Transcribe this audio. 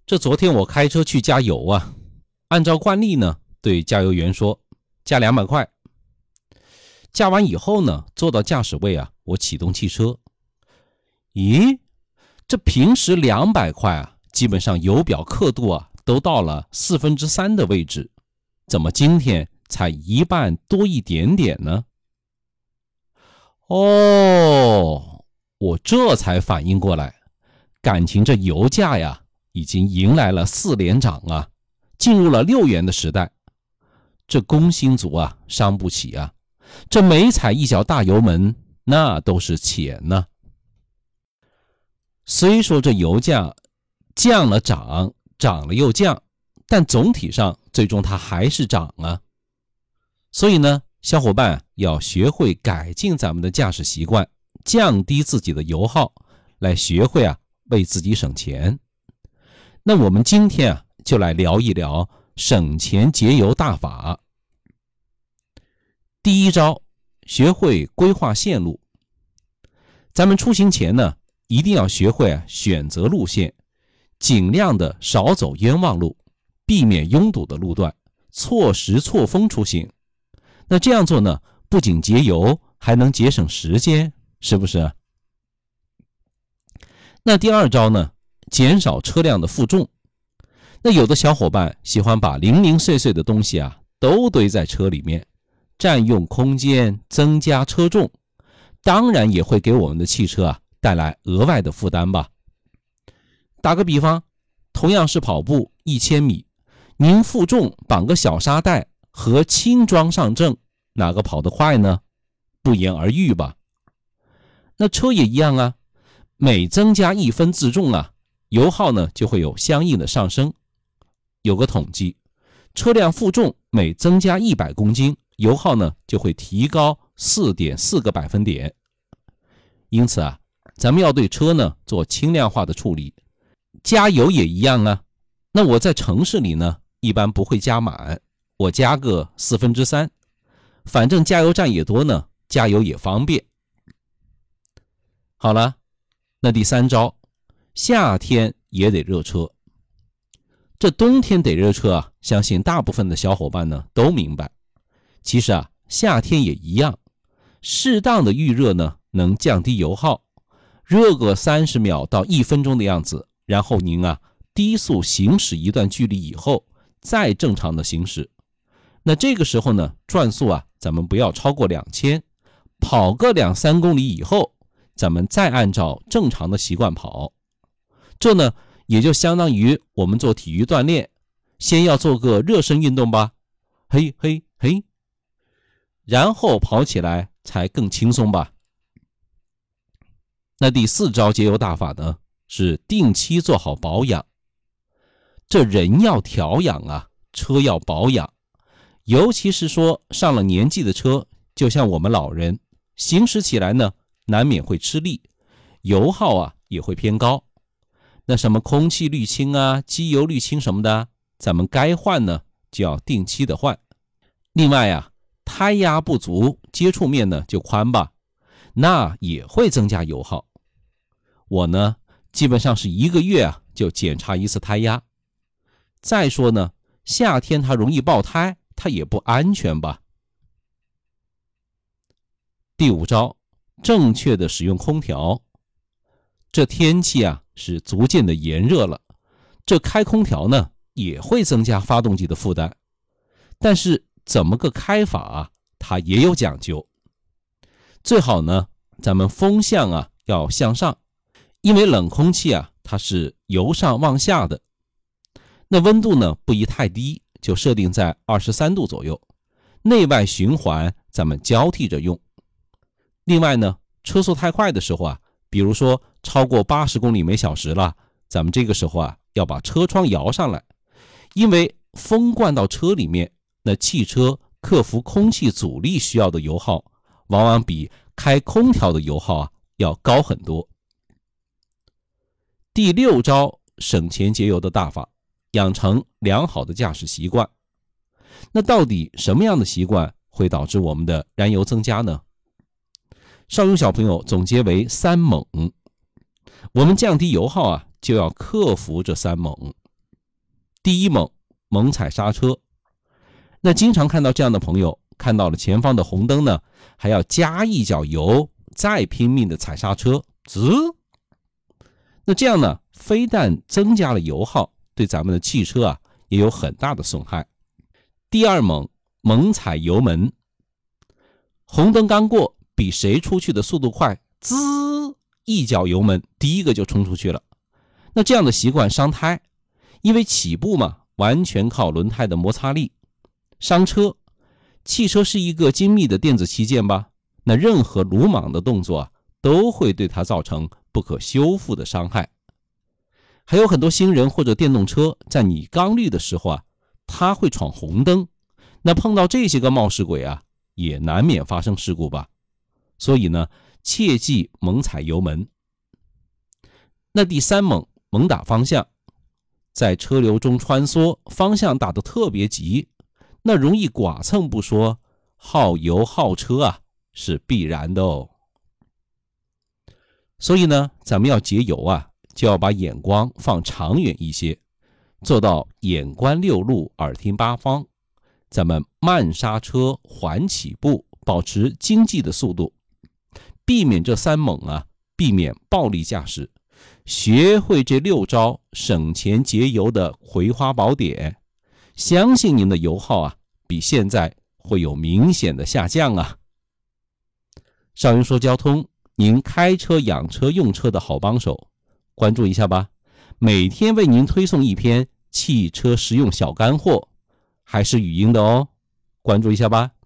这昨天我开车去加油啊，按照惯例呢，对加油员说加200块。加完以后呢，坐到驾驶位啊，我启动汽车。咦，这平时200块啊，基本上油表刻度啊都到了3/4的位置，怎么今天才1半多一点点呢？哦，我这才反应过来，感情这油价呀已经迎来了4连涨啊，进入了6元的时代。这工薪族啊伤不起啊，这每踩一脚大油门那都是钱呢。虽说这油价降了涨，涨了又降，但总体上最终它还是涨啊。所以呢，小伙伴要学会改进咱们的驾驶习惯，降低自己的油耗，来学会啊为自己省钱。那我们今天啊就来聊一聊省钱节油大法。第一招，学会规划线路。咱们出行前呢，一定要学会选择路线，尽量的少走冤枉路，避免拥堵的路段，错时错峰出行。那这样做呢，不仅节油，还能节省时间，是不是？那第二招呢，减少车辆的负重。那有的小伙伴喜欢把零零碎碎的东西啊都堆在车里面，占用空间，增加车重，当然也会给我们的汽车啊带来额外的负担吧。打个比方，同样是跑步1000米，您负重绑个小沙袋和轻装上阵，哪个跑得快呢？不言而喻吧。那车也一样啊，每增加1分自重啊，油耗呢就会有相应的上升。有个统计，车辆负重每增加100公斤，油耗呢就会提高4.4个百分点。因此啊，咱们要对车呢做轻量化的处理。加油也一样啊，那我在城市里呢一般不会加满，我加个3/4，反正加油站也多呢，加油也方便。好了，那第三招，夏天也得热车。这冬天得热车啊，相信大部分的小伙伴呢都明白。其实啊，夏天也一样，适当的预热呢能降低油耗，热个30秒到1分钟的样子，然后您啊低速行驶一段距离以后，再正常的行驶。那这个时候呢，转速啊咱们不要超过2000，跑个2-3公里以后，咱们再按照正常的习惯跑。这呢也就相当于我们做体育锻炼，先要做个热身运动吧，嘿嘿嘿，然后跑起来才更轻松吧。那第4招节油大法呢，是定期做好保养。这人要调养啊，车要保养，尤其是说上了年纪的车，就像我们老人，行驶起来呢难免会吃力，油耗啊也会偏高。那什么空气滤清啊，机油滤清什么的，咱们该换呢就要定期的换。另外啊，胎压不足，接触面呢就宽吧，那也会增加油耗。我呢基本上是1个月啊就检查1次胎压。再说呢，夏天它容易爆胎，它也不安全吧。第5招，正确的使用空调。这天气啊是逐渐的炎热了，这开空调呢也会增加发动机的负担。但是怎么个开法啊，它也有讲究。最好呢，咱们风向啊要向上，因为冷空气啊它是由上往下的。那温度呢不宜太低，就设定在23度左右，内外循环咱们交替着用。另外呢，车速太快的时候啊，比如说超过80公里每小时了，咱们这个时候啊要把车窗摇上来，因为风灌到车里面，那汽车克服空气阻力需要的油耗往往比开空调的油耗啊要高很多。第6招省钱节油的大法，养成良好的驾驶习惯。那到底什么样的习惯会导致我们的燃油增加呢？少勇小朋友总结为3猛。我们降低油耗啊，就要克服这3猛。 第一猛，猛踩刹车。那经常看到这样的朋友，看到了前方的红灯呢，还要加一脚油，再拼命的踩刹车，那这样呢，非但增加了油耗，对咱们的汽车啊也有很大的损害。第二猛，猛踩油门。红灯刚过，比谁出去的速度快，一脚油门，第一个就冲出去了。那这样的习惯伤胎，因为起步嘛，完全靠轮胎的摩擦力，伤车。汽车是一个精密的电子器件吧，那任何鲁莽的动作啊，都会对它造成不可修复的伤害。还有很多新人或者电动车在你刚绿的时候啊，他会闯红灯，那碰到这些个冒失鬼啊，也难免发生事故吧。所以呢，切忌猛踩油门。那第三猛，猛打方向。在车流中穿梭，方向打得特别急，那容易剐蹭不说，耗油耗车啊，是必然的哦。所以呢，咱们要节油啊，就要把眼光放长远一些，做到眼观六路，耳听八方。咱们慢刹车，缓起步，保持经济的速度，避免这三猛啊，避免暴力驾驶，学会这6招省钱节油的葵花宝典，相信您的油耗啊，比现在会有明显的下降啊。少云说交通，您开车养车用车的好帮手，关注一下吧。每天为您推送一篇汽车实用小干货，还是语音的哦，关注一下吧。